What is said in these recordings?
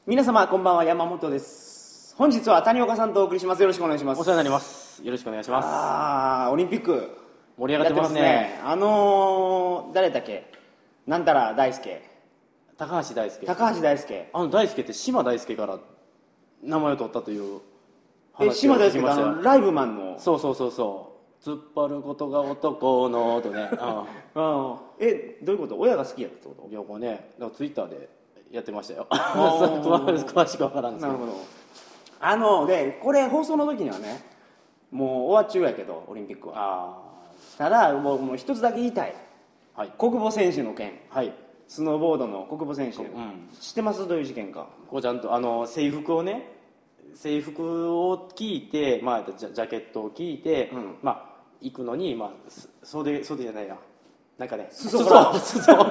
皆様こんばんは、山本です。本日は谷岡さんとお送りします。よろしくお願いします。 お世話になります。よろしくお願いします。 オリンピック盛り上がってますね。 誰だっけ、なんたら大輔、 高橋大輔。 大輔って島大輔から名前を取ったという話島大輔を聞きましたよ。 ライブマンの。 そう突っ張ることが男のとね。 どういうこと？親が好きやったってこと？ 横ね、だからツイッターでやってましたよ。詳しくわからんですけど。 なるほど。でこれ放送の時にはね、もう終わっちゅうやけど、オリンピックは。ただもう一つだけ言いたい。 はい。 国母選手の件。 はい。 スノーボードの国母選手、知ってます？どういう事件か。 こうちゃんと制服を着いて、ジャケットを着いて、行くのに、袖じゃないな、なんかね、裾を出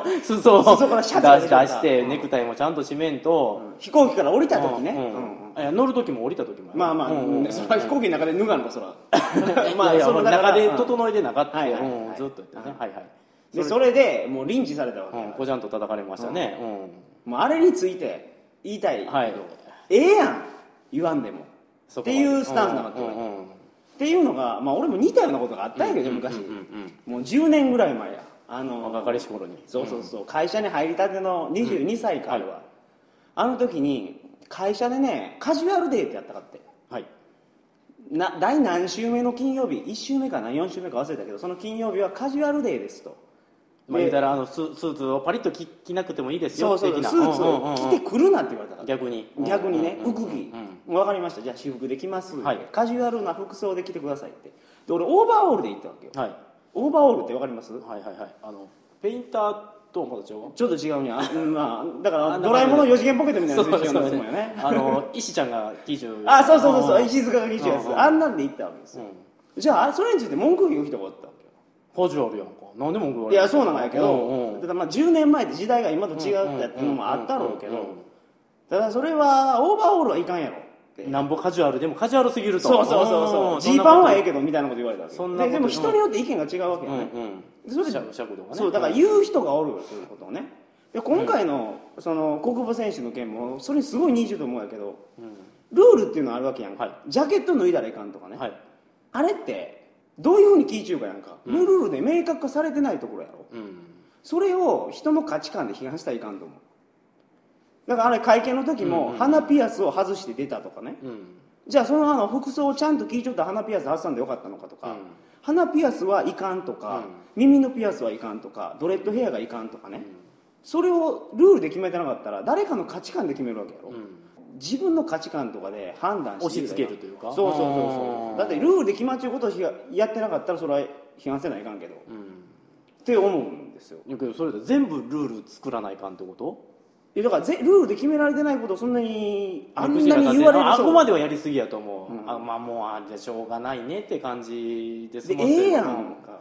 して、ネクタイもちゃんと締めんと、 飛行機から降りた時ね、 乗る時も降りた時も、 それは飛行機の中で脱がんの、そらその中で整えてなかった、ずっとやってね。 でそれでもうリンチされたわけ、 こじゃんと叩かれましたね。 もうあれについて言いたいけど、やん言わんでもっていうスタンスなわけよ。っていうのが、俺も似たようなことがあったんやけど、昔もう10年ぐらい前や、 若かりし頃に。 会社に入りたての22歳からは、あの時に会社でね、カジュアルデーってやったかって、第何週目の金曜日、1週目かな4週目か忘れたけど、その金曜日はカジュアルデーですと。 言うたらスーツをパリッと着なくてもいいですよ。 スーツを着てくるなって言われたから。逆にね、服着、分かりました、じゃあ私服で来ます、カジュアルな服装で来てくださいって。で俺オーバーオールで行ったわけよ。オーバーオールって分かります？ ペインターとまた違う？ ちょっと違うにゃ。だからドラえもんの4次元ポケットみたいなやつよね。 石ちゃんが機種。 石塚が機種やつ、あんなんで行ったわけですよ。じゃあそれについて文句言う人がおったわけよ。 カジュアルやんか。なんで文句言われる？ いやそうなんやけど、ただ10年前って時代が今と違うっていうのもあったろうけど、ただそれはオーバーオールはいかんやろ。 なんぼカジュアルでもカジュアルすぎると。 そうジーパンはええけどみたいなこと言われたわけでも人によって意見が違うわけよね。それでそうだから言う人がおるよ、そういうことをね。で今回のその国母選手の件もそれすごい似てると思うんやけど、ルールっていうのはあるわけやんか。ジャケット脱いだらいかんとかね、あれってどういうふうに聞いちゅうかやんか、ルールで明確化されてないところやろ。それを人の価値観で批判したらいかんと思う。だからあれ会見の時も鼻ピアスを外して出たとかね、じゃあその服装をちゃんと聞いちゃったら鼻ピアス外さんでよかったのかとか、鼻ピアスはいかんとか、耳のピアスはいかんとか、ドレッドヘアがいかんとかね、それをルールで決めてなかったら誰かの価値観で決めるわけやろ。自分の価値観とかで判断して押し付けるというか。 そうだってルールで決まっちゃうことをやってなかったらそれは批判せないかんけど、って思うんですよ。 けどそれで全部ルール作らないかんってこと？ だからルールで決められてないことをそんなにあんなに言われる。 あこまではやりすぎやと思う。もうじゃあしょうがないねって感じですもんね。 やんか。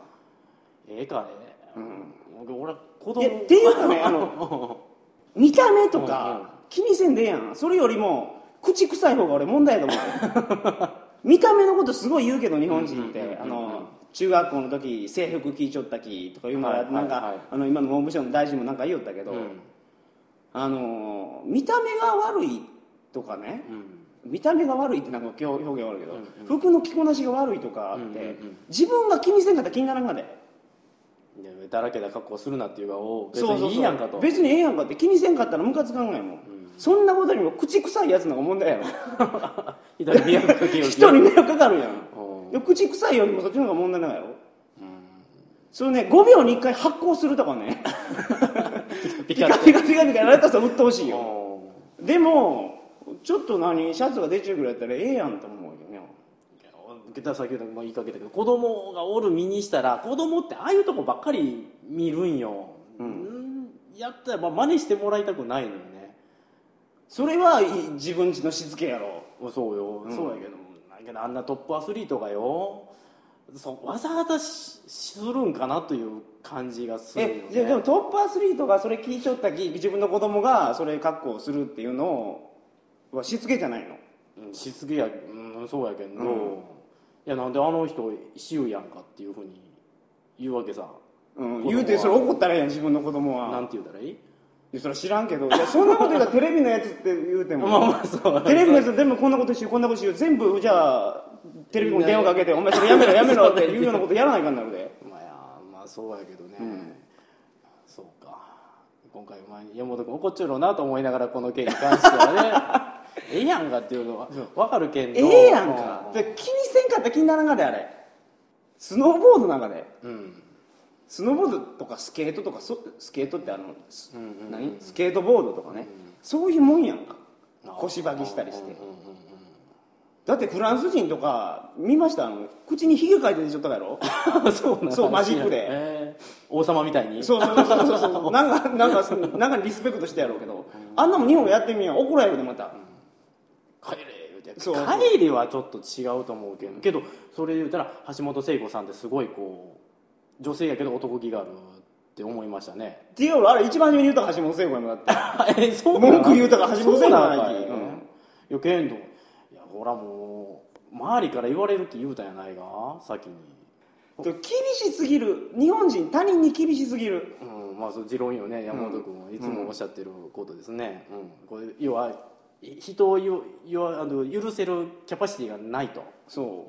俺子供っていうかね、見た目とか気にせんでええやん。それよりも口臭い方が俺問題やと思う。見た目のことすごい言うけど日本人って中学校の時制服着いちょったきとか言うのはなんか今の文部省の大臣もなんか言いよったけど、見た目が悪いとかね、見た目が悪いってなんか表現悪いけど、服の着こなしが悪いとかあって、自分が気にせんかったら気にならんがで。 だらけた格好するなっていうか別にいいやんかと。 別にええやんかって、気にせんかったらムカつかんがやもん。そんなことにも口臭いやつの方が問題やろ。人に迷惑かかるやん。口臭いよりもそっちの方が問題なんやろ。それね、5秒に1回発酵するとかね。ピカピカやられたらうっとうしいよ。でもちょっとシャツが出ちゃうぐらいやったらええやんと思うよね。 先ほども言いかけたけど、子供がおる身にしたら、子供ってああいうとこばっかり見るんよ。やったら真似してもらいたくないのよね。 それは自分ちのしつけやろ。 そうよ、そうやけどあんなトップアスリートがよわざわざするんかなという感じがするよね。 でもトップアスリートがそれ聞いちゃったき、自分の子供がそれ格好するっていうのはしつけじゃないの？ しつけや、そうやけど、いやなんであの人しゆうやんかっていうふうに言うわけさ。 言うてそれ怒ったらええやん、自分の子供は。 なんて言うたらいい？ いやそれは知らんけど、いやそんなこと言うたらテレビのやつって言うてもまあそうテレビのやつ全部こんなことしようこんなことしよう全部じゃあテレビに電話かけて「お前それやめろやめろ」っていうようなことやらないかんなるで。 まあそうやけどね、そうか今回山本君怒っちゃうろうなと思いながらこの件に関してはねええやんかっていうのは分かるけんどええやんかで気にせんかったら気にならんがであれスノーボードなんかで、スノーボードとかスケートとかスケートって何スケートボードとかね、そういうもんやんか腰ばきしたりして、だってフランス人とか見ました口にひげ描いて出ちゃったやろそうマジックで、 王様みたいにそうなんかリスペクトしてやろうけど、あんなもん日本がやってみよう怒られるでまた、 帰れ言うて帰りはちょっと違うと思うけどそれで言うたら橋本聖子さんってすごいこう女性やけど男気があるって思いましたね。 っていうあれ一番初めに言うたら橋本聖子やもんだってそう文句言うたから橋本聖子やないき、 いやけんどほらもう周りから言われる気言うたんやないが先に厳しすぎる日本人他人に厳しすぎる、 まあそう持論よね山本君はいつもおっしゃってることですね、これ要は人を許せるキャパシティがないとそう、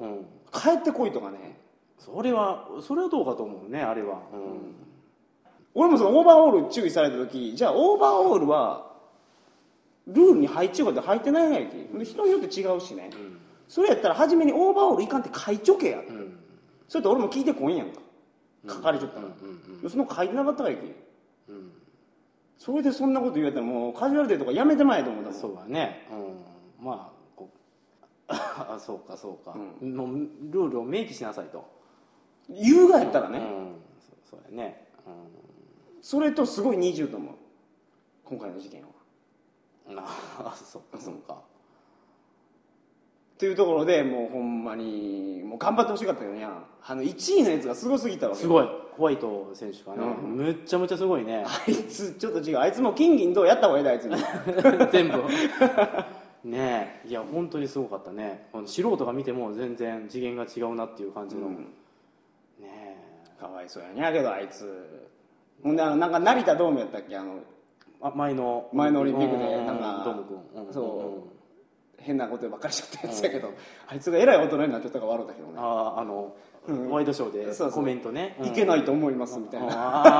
帰ってこいとかねそれはどうかと思うねあれは、 俺もそのオーバーオール注意された時じゃあオーバーオールはルールに入っちゃうかって入ってないやんき人によって違うしね、それやったら初めにオーバーオールいかんって書いちょけや、それって俺も聞いてこんやんか書かれちゃったら、その書いてなかったからやき、それでそんなこと言われたらもうカジュアルデーとかやめてまえと思ったもん。 そうだね、まあそうか、もうルールを明記しなさいと言うがやったらね、 そうやね、 それとすごい二重と思う今回の事件は。 そうか、 というところでもうほんまにもう頑張ってほしかったよね。1位のやつがすごすぎたわけ。 すごいホワイト選手がね、めっちゃめちゃすごいね。 あいつちょっと違う、あいつも金銀銅やった方がいいだあいつに全部ねえいや本当にすごかったね。素人が見ても全然次元が違うなっていう感じの、ねえかわいそうやにゃけどあいつほんでなんか成田ドームやったっけ前のオリンピックでなんかドーム君、 そう変なことばっかりしちゃったやつやけど、あいつがえらい大人になっちゃったから笑ったけどね。 ワイドショーでコメントね、 いけないと思いますみたいな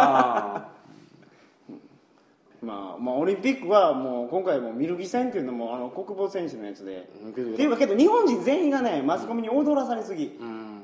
まあオリンピックはもう今回もミルギ戦っていうのも国防選手のやつで、っていうかけど日本人全員がねマスコミに踊らされすぎ、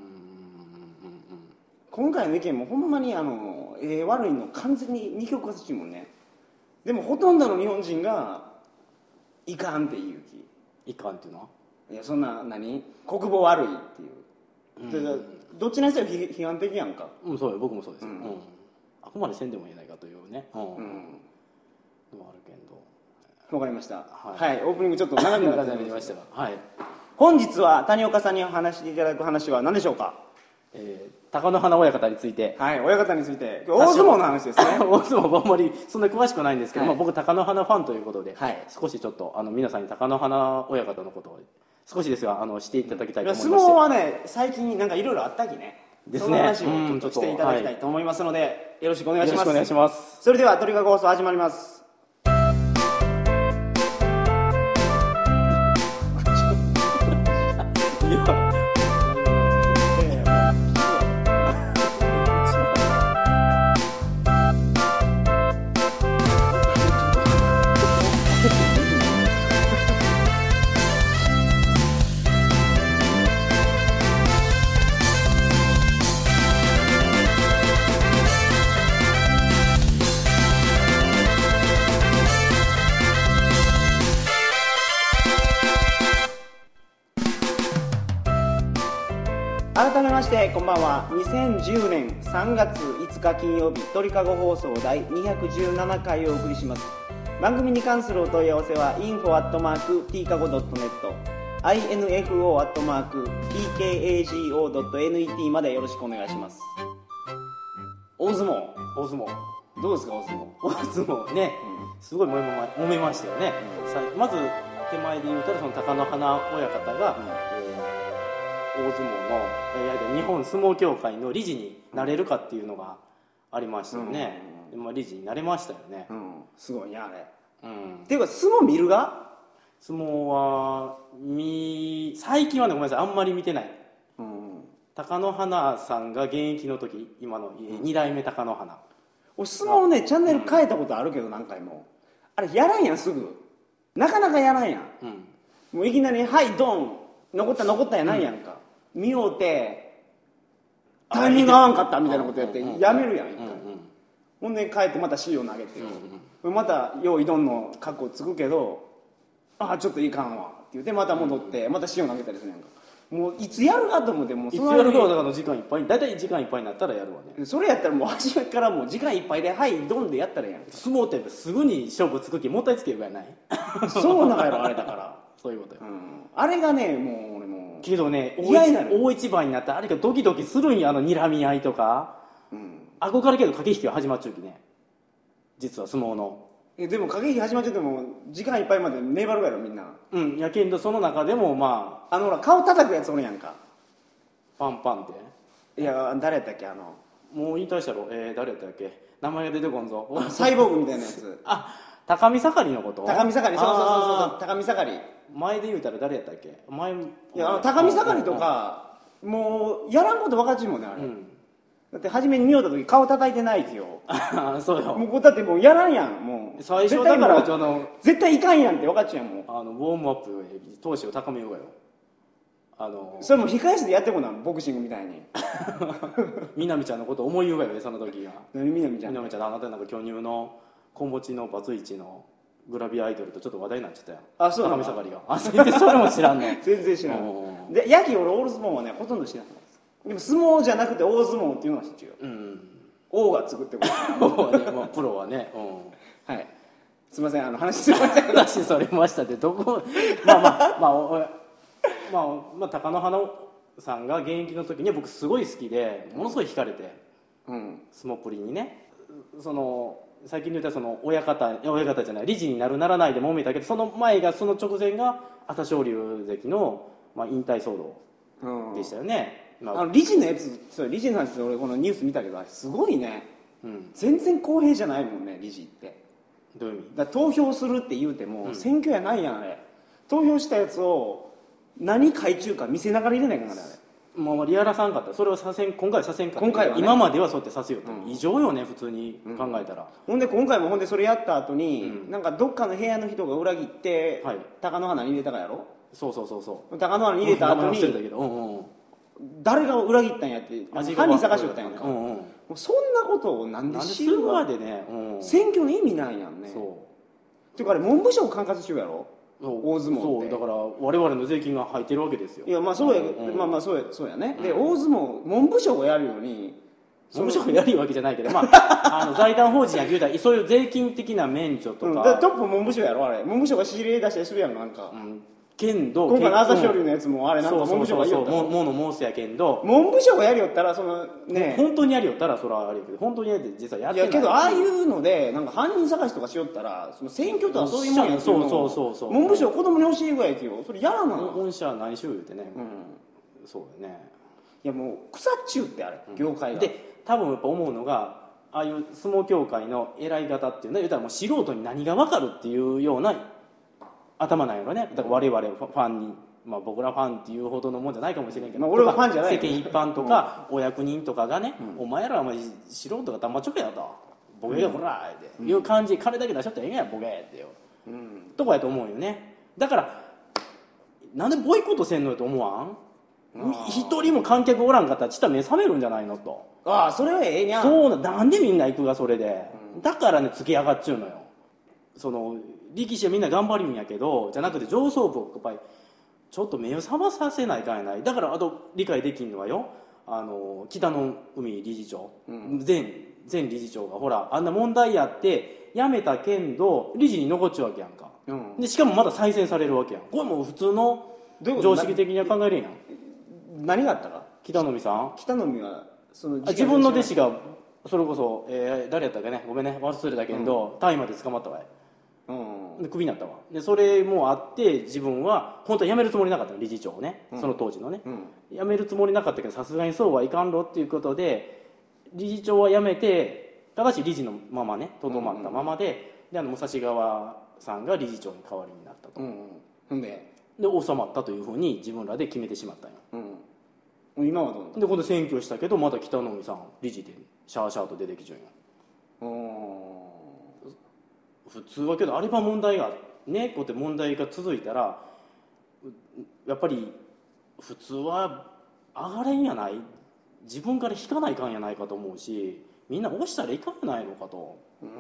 今回の意見もほんまに悪いの完全に二極化しちもんね。でもほとんどの日本人がいかんっていう気。 いかんっていうのは、 いやそんな国防悪いっていう、どっちにせよ批判的やんか。 そうよ僕もそうですよ、あくまでせんでもいいないかというね、のもあるけど。 わかりました、はい、オープニングちょっと長くなりましたが、 はい、 本日は谷岡さんに話していただく話は何でしょうか。 貴乃花親方について。 はい、親方について大相撲の話ですね大相撲あんまりそんな詳しくないんですけど、僕貴乃花ファンということで、少しちょっと皆さんに貴乃花親方のことを少しですがしていただきたいと思いまして、 相撲はね最近なんかいろいろあったきねですね、 その話をちょっとしていただきたいと思いますので、よろしくお願いします。 よろしくお願いします。 それでは鳥かご放送始まります。改めましてこんばんは。2010年3月5日金曜日鳥かご放送第217回をお送りします。番組に関するお問い合わせは info@tkago.net info@tkago.net までよろしくお願いします。大相撲どうですか。大相撲ね、すごい揉めましたよね、まず手前で言うたらその貴乃花親方が、大相撲の日本相撲協会の理事になれるかっていうのがありましたよね、理事になれましたよね、 すごいねあれ。 うん、 っていうか相撲見るが？ 相撲は最近はねごめんなさいあんまり見てない。 うん、 貴乃花さんが現役の時今の2代目貴乃花、 俺相撲ねチャンネル変えたことあるけど何回もあれやらんやんすぐなかなかやらんやん、もういきなり「はいドン残ったやないやんか、見ようてタイミング合わんかった」みたいなことやってやめるやん一回、ほんで帰ってまた C を投げて、またよういどんの格好つくけど「ああちょっといかんわ」って言ってまた戻ってまた C を投げたりするやんか。もういつやるかと思ってもういつやるかはだから時間いっぱい大体時間いっぱいになったらやるわね。 それやったらもう初めからもう時間いっぱいで「はいドン」でやったらやん。 相撲ってすぐに勝負つく気もったいつけるぐらいないそうなんやろあれだからそういうことよ、 あれがねもう俺もけどね嫌になる。 大一番になったらあれがドキドキするんや睨み合いとか、憧れけど駆け引きは始まっちゅうきね実は相撲の。 でも駆け引き始まっちゃっても時間いっぱいまで粘るやろみんな。 やけんどその中でもまあほら顔叩くやつおるやんか。 パンパンっていや誰やったっけもう引退したろ誰やったっけ名前が出てこんぞサイボーグみたいなやつ高見盛りのこと高見盛りそう高見盛り前で言うたら誰やったっけいや高見盛りとかもうやらんこと分かっちゅうもんねあれ、だって初めに見ようた時顔叩いてないきよそうよもうだってもうやらんやんもう最初だから絶対いかんやんって分かっちゃうやんもうウォームアップ闘志を高めようがよそれも控え室でやってこないボクシングみたいにみなみちゃんのこと思い言うがよねその時が。 何みなみちゃんあなたなんか巨乳の小持ちのバツイチのグラビアアイドルとちょっと話題になっちゃったよ。 あそうなの高見盛りが全然それも知らんね全然知らんでヤキ俺オール相撲はねほとんど知らないです。でも相撲じゃなくて大相撲っていうのは知ってるよ、王が作ってことね、プロはね、 はいすいません話しそれましたってどこまあ貴乃花さんが現役の時に僕すごい好きでものすごい惹かれて、相撲プリにね最近で言ったらその親方じゃない理事になるならないで揉めたけどその直前が朝青龍関の、引退騒動でしたよね、 理事のやつ理事のやつ俺このニュース見たけどあれすごいね、全然公平じゃないもんね理事って。 どういう意味？ だ投票するって言うても、選挙やないやんあれ。投票したやつを何回中か見せながら入れないからねあれ。 リアラさんかったそれは今回させんかった。 今回はね今まではそうやってさせようと、異常よね普通に考えたら、 ほんで今回もそれやった後に、なんかどっかの部屋の人が裏切って、貴乃花に入れたかやろ。 そう貴乃花に入れた後に誰が裏切ったんやって犯人探しよったんやんか、もうそんなことをなんで知るわでね、 選挙の意味ないやんね。っていうかあれ文部省管轄しようやろ大相撲って。 だから我々の税金が入ってるわけですよ。 いやそうや、そうやね、で大相撲文部省がやるように文部省がやるわけじゃないけど財団法人や言うたらそういう税金的な免除とか、 トップ文部省やろあれ。文部省が指令出したりするやろなんか、 けど今回の朝青龍のやつもあれなんか文部省がやるよったもの申すやけんど文部省がやりよったら本当にやりよったらそれはあれやけど本当にやり実はやってない。 いやけどああいうのでなんか犯人探しとかしよったら選挙とはそういうもんやっていうのを文部省子供に教えるぐらいけよそれやらな本社何しよう言うてね、そうだね。 いやもう腐っちゅうってあれ業界が。 で多分やっぱ思うのがああいう相撲協会の偉い方っていうのは言うたらもう素人に何が分かるっていうような頭なんやろね。だから我々ファンに僕らファンっていうほどのもんじゃないかもしれんけど、 俺はファンじゃない世間一般とかお役人とかがね、お前らは素人が黙っちょけやとボケがこらっていう感じ、金だけ出しちゃったらええんやボケってよ、とこやと思うよね。だからなんでボイコットせんのよと思わん？一人も観客おらんかったらちったら目覚めるんじゃないのと。 それはええにゃん。 なんでみんな行くがそれで、だからねつけ上がっちゅうのよ。力士はみんな頑張るんやけどじゃなくて上層部をやっぱりちょっと目を覚まさせないかんやない。だからあと理解できんのはよ北の海理事長、前理事長がほらあんな問題やって辞めたけんど理事に残っちゃうわけやんか、でしかもまだ再選されるわけやん。これもう普通の常識的には考えれんやん。 何があったか北の海さん北の海は自分の弟子がそれこそ、誰やったっけねごめんね忘れたけど大麻で捕まったわい、でクビになったわ。でそれもあって自分は本当は辞めるつもりなかったの理事長をね、その当時のね、辞めるつもりなかったけどさすがにそうはいかんろっていうことで理事長は辞めてただし理事のままねとどまったままで、 で武蔵川さんが理事長に代わりになったと、 ほんで収まったというふうに自分らで決めてしまったんよ、 今はどうなので今度選挙したけどまだ北野さん理事でシャーシャーと出てきちゃうんよ。普通はけどあれば問題がねこうやって問題が続いたらやっぱり普通は上がれんやない、自分から引かないかんやないかと思うし、みんな押したらいかんやないのかと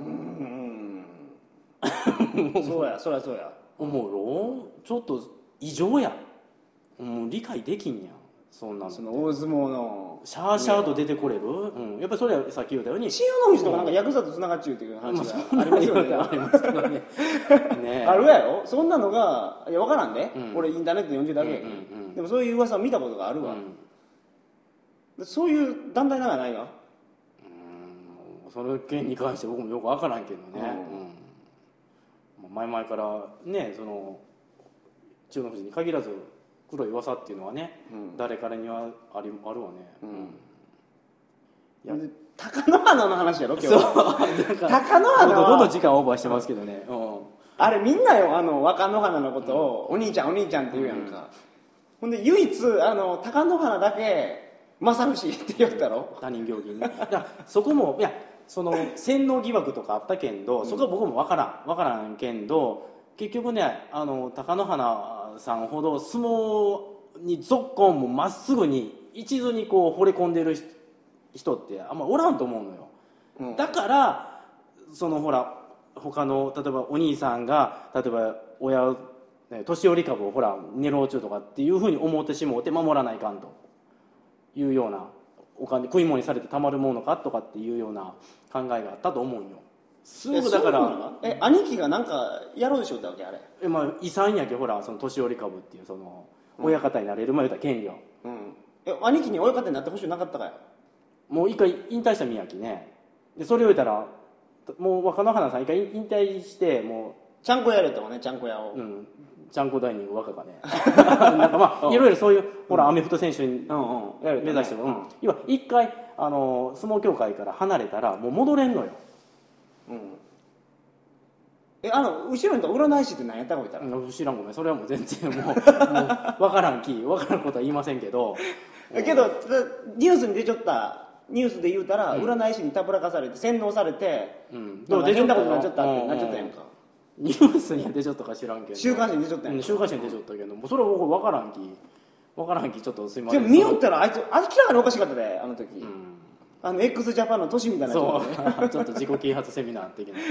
そうやそりゃそうや思うろ。ちょっと異常や、理解できんやんそんなの。 その大相撲のシャーシャーと出てこれる、やっぱりそれはさっき言ったように千代の富士とかなんかヤクザとつながっちゅうっていう話がありますよね。 ありますけどねねあるやろそんなのが。いや分からんで、俺インターネットで読んでるだけやけど、でもそういう噂を見たことがあるわ、そういう団体なんかないが。 その件に関して僕もよく分からんけどね、前々からねその千代の富士に限らず黒い噂っていうのはね、誰からにはあるわね、 いや貴乃花の話やろ今日は。貴乃花はどんどん時間オーバーしてますけどね、 あれみんなよ若乃花のことを、お兄ちゃんお兄ちゃんって言うやんか、ほんで唯一貴乃花だけ正義って言ったろ他人行儀にね。だからそこもいやその洗脳疑惑とかあったけんど、そこは僕も分からんけんど、結局ね貴乃花さんほど相撲にぞっこんもまっすぐに一途にこう惚れ込んでる人ってあんまおらんと思うのよ、だからそのほら他の例えばお兄さんが例えば親年寄り株をほら狙う中とかっていうふうに思ってしもうて守らないかんというような、お金食い物にされてたまるものかとかっていうような考えがあったと思うんよ。すぐだから兄貴がなんかやろうでしょってわけあれ。 遺産やけほらその年寄り株っていうその親方になれる言うたら権利を、 兄貴に親方になってほしくなかったかよ。 もう一回引退した宮城ね。でそれを言うたらもう若乃花さん一回引退してもうちゃんこやれとかね、ちゃんこ屋を、 ちゃんこダイニング若かねなんかまあいろいろそういうほらアメフト選手に目指しても、要は一回相撲協会から離れたらもう戻れんのよ。 後ろにと占い師って何やったか言ったら、 知らんごめん、それはもう全然もう分からんことは言いませんけどけどニュースに出ちゃったニュースで言うたら、占い師にたぶらかされて洗脳されて、変なことになっちゃったってなっちゃったやんか。 ニュースに出ちゃったか知らんけど週刊誌に出ちゃったやん。 週刊誌に出ちゃったけどもうそれは僕分からんきちょっとすいません。 でも見よったらあいつ明らかにおかしかったであの時、x ジャパンの年みたいなそうちょっと自己啓発セミナー的な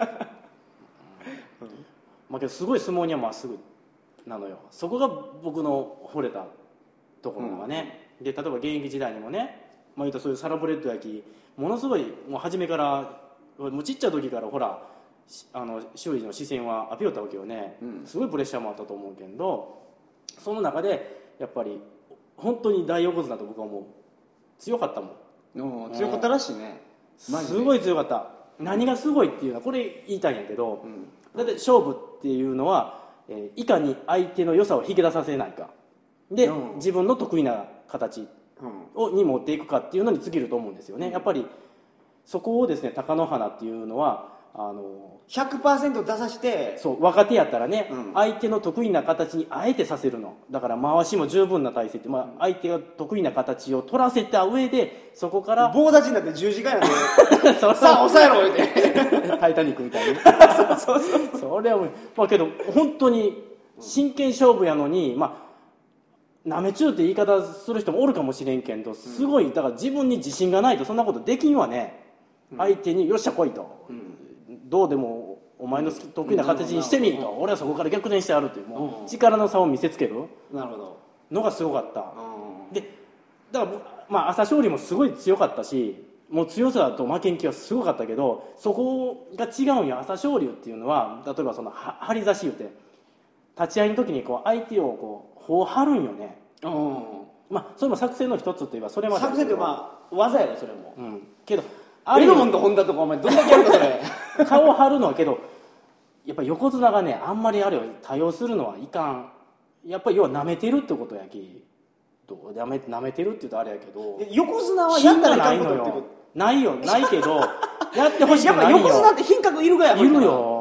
まあけどすごい相撲にはまっすぐなのよ。そこが僕の惚れたところがね、で例えば現役時代にもね、言うとそういうサラブレッド焼きものすごいもう初めからもうちっちゃい時からほら周囲の視線は浴びよったわけよね、すごいプレッシャーもあったと思うけど、その中でやっぱり本当に大横綱と僕はもう強かったもん。 強かったらしいね。 すごい強かった。何がすごいっていうのはこれ言いたいんやけど、だって勝負っていうのは、いかに相手の良さを引き出させないかで、自分の得意な形に持っていくかっていうのに尽きると思うんですよね。やっぱりそこをですね、貴乃花っていうのは 100% 出させて、 そう若手やったらね、相手の得意な形にあえてさせるのだから回しも十分な体勢って、相手が得意な形を取らせた上でそこから棒立ちになって10時間やでさあ抑えろ言うてタイタニックみたいにそうそれはもう、けど本当に真剣勝負やのになめちゅうって言い方する人もおるかもしれんけんど、すごいだから自分に自信がないとそんなことできんわね、相手によっしゃ来いと、どうでもお前の得意な形にしてみると、俺はそこから逆転してやるという、もう力の差を見せつけるのがすごかった。でだから朝青龍もすごい強かったし、もう強さと負けん気はすごかったけど、そこが違うんよ。朝青龍っていうのは例えばその張り差し言うて立ち合いの時にこう相手をこう頬を張るんよね。それも作戦の一つといえばそれまで作戦って技やろそれも、 けどエルモンとホンダとかお前どんだけやるかそれ顔を張るのはけどやっぱ横綱がねあんまりあれを多用するのはいかん。やっぱり要は舐めてるってことやき、舐めてるって言うとあれやけど、 横綱はやったらいかんことってないよないけどやってほしくないよ。 やっぱ横綱って品格いるがやいるよ。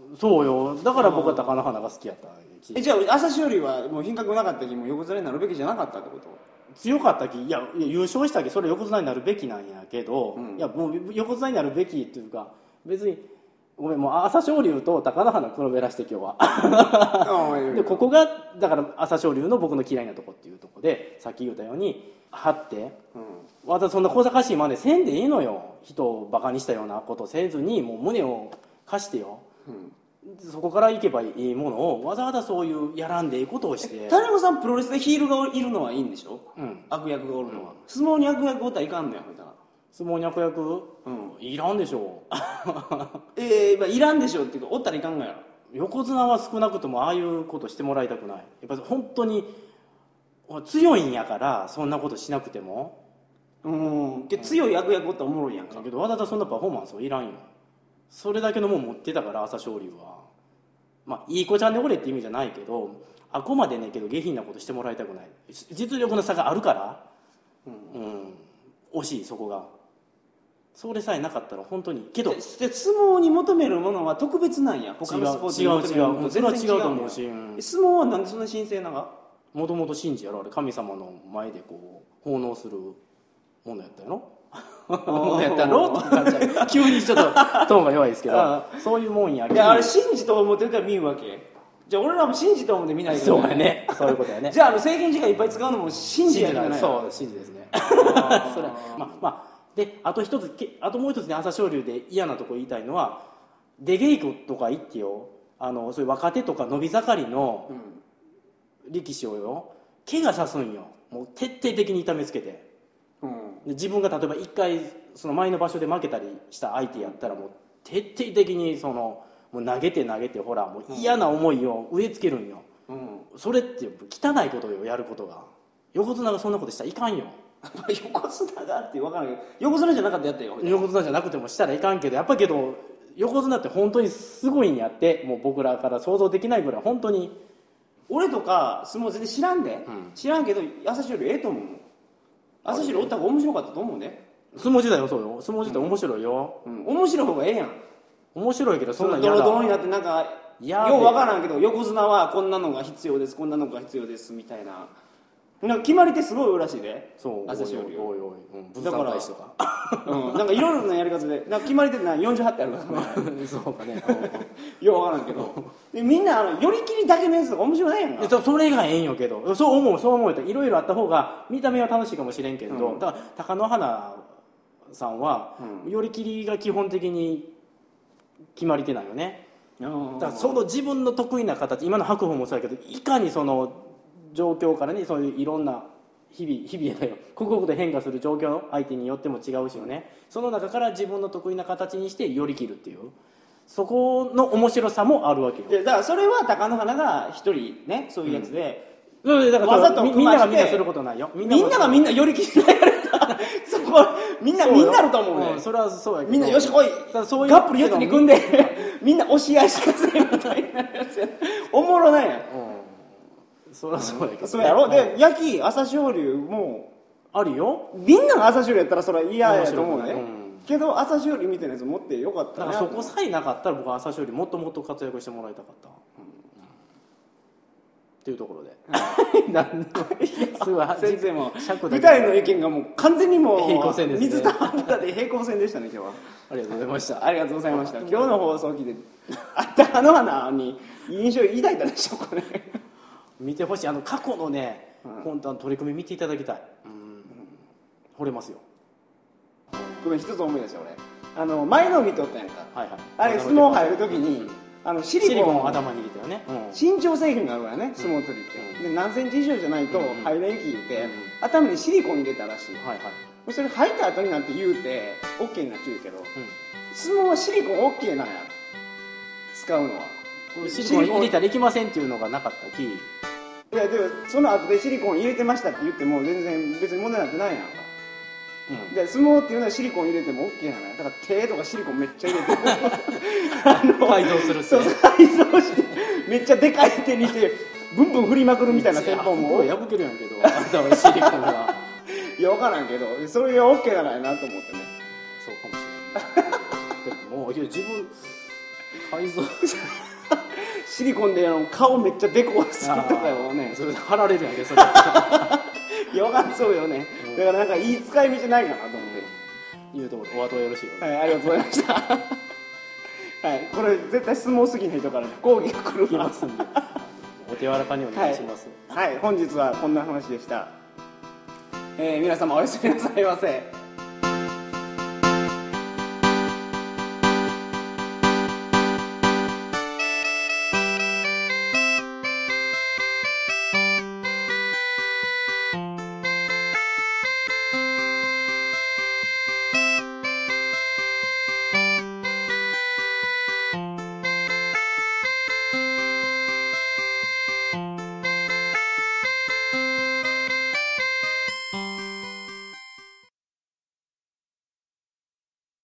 そうよ、だから僕は貴乃花が好きやった。 じゃあ朝青龍はもう品格なかったきも横綱になるべきじゃなかったってこと？ 強かったき、いや優勝したきそれ横綱になるべきなんやけど、いやもう横綱になるべきっていうか、別にごめん、もう朝青龍と貴乃花比べらして今日はでここがだから朝青龍の僕の嫌いなとこっていうとこで、さっき言ったように張って、わざわざそんな小賢しい真似せんでいいのよ。人をバカにしたようなことせずに、もう胸を貸してよ、そこから行けばいいものをわざわざそういうやらんでいいことをして。 谷岡さんプロレスでヒールがいるのはいいんでしょ、悪役がおるのは、相撲に悪役おったらいかんのや。 相撲に悪役、いらんでしょういらんでしょうっていうか、おったらいかんのやろ。 横綱は少なくともああいうことしてもらいたくない。やっぱり本当に強いんやからそんなことしなくても、 強い悪役おったらおもろいやんか。 だけどわざわざそんなパフォーマンスはいらんよ。それだけのもん持ってたから朝青龍は、まあいい子ちゃんでおれって意味じゃないけど、あくまでねけど下品なことしてもらいたくない。実力の差があるから、惜しい、そこが。それさえなかったら本当に。けど相撲に求めるものは特別なんや。他のスポーツに求めるものと全然違う。 それは違うと思うし、 相撲はなんでそんな神聖なのが？ もともと神事やろ、あれ神様の前でこう奉納するものやったやろものやったろって感じや急にちょっとトーンが弱いですけどそういうもんやけど、 いやあれ神事と思ってたら見るわけ。じゃあ俺らも神事と思って見ないと。 そうやね、そういうことやね。 じゃあ制限時間いっぱい使うのも神事やない。 そう、神事ですねそれまあで、あともう一つね、朝青龍で嫌なとこ言いたいのは、出稽古とか行ってよ、そういう若手とか伸び盛りの力士をよ、怪我さすんよ。もう徹底的に痛めつけて、で自分が例えば一回その前の場所で負けたりした相手やったら、もう徹底的にもう投げてほらもう嫌な思いを植え付けるんよ、それって汚いことよ、やることが。横綱がそんなことしたらいかんよ横綱がって分からんけど、横綱じゃなかったらやったよ。 横綱じゃなくてもしたらいかんけど、やっぱけど横綱って本当にすごいんやって、もう僕らから想像できないぐらい本当に。 俺とか相撲全然知らんで、知らんけど朝青龍ええと思う。朝青龍おった方が面白かったと思うね。 相撲自体はそうよ、相撲自体面白いよ、 面白い方がええやん。 面白いけどそんなドロドロになってなんかよう分からんけど、横綱はこんなのが必要です、こんなのが必要ですみたいな。なんか決まり手すごい多いらしいで、朝青龍。だからなんかいろいろなやり方で、なんか決まり手って48ってあるからねそうかねよう分からんけどで、みんな寄り切りだけのやつとか面白ないやんか。 それがええんよけど、そう思うといろいろあった方が見た目は楽しいかもしれんけど、だから貴乃花さんは寄り切りが基本的に決まり手なんよね。だからその自分の得意な形、今の白鵬もそうやけど、いかにその状況からね、そういういろんな日々やよ、刻々と変化する状況、相手によっても違うしよね、その中から自分の得意な形にして寄り切るっていう、そこの面白さもあるわけよ。 だからそれは貴乃花が一人ね、そういうやつで、 だからわざとみんながみんなすることないよ。 みんながみんな寄り切りがやれたそこみんななると思うね。 それはそうやけど、 みんなよし来い、ガップル4つに組んでみんな押し合いしかせんみたいなやつやおもろないやん。 そりゃそうやけど、 そうやろ。で焼き朝青龍もあるよ。 みんなが朝青龍やったらそれは嫌やと思うね、けど朝青龍みたいなやつ持ってよかったな。 そこさえなかったら僕は朝青龍もっともっと活躍してもらいたかった、っていうところで、 先生も2人の意見がもう完全にもう平行線ですね。 水と油で平行線でしたね今日は。 ありがとうございました。 ありがとうございました。今日の放送を聞いて貴乃花に印象抱いたでしょうかね。 見てほしい。過去のね、本当取り組み見ていただきたい。惚れますよ。 ごめん、一つ思い出した俺。前の見とったやんか。あれ相撲入るときにシリコンを頭に入れたよね。 身長制限があるからね、相撲取りって。で何センチ以上じゃないと入れんき言うて、頭にシリコン入れたらしい。それ入った後になって言うて OK になっちゃうけど、相撲はシリコン OK なんや、使うのは。 シリコン入れたらいけませんっていうのがなかったき。 いやでもその後でシリコン入れてましたって言っても全然別に問題なんてないやんか。で相撲っていうのはシリコン入れても OK やない。だから手とかシリコンめっちゃ入れて改造するって。 そう改造してめっちゃでかい手にしてブンブン振りまくるみたいな戦法も破けるやんけど、あんたはシリコンがいや分からんけど、それが OK だからやなと思ってね。 そうかもしれないでももう自分改造シリコンで顔めっちゃデコするとかをね、 それで貼られるやんけそれいや、わかんそうよね、だからなんかいい使い道ないかなと思って、 言うところお後がよろしいよ、 はい、ありがとうございましたはい、これ絶対相撲好きな人から講義が来るますんでお手柔らかにお願いします。 はい、はい、本日はこんな話でした。皆様おやすみなさいませ。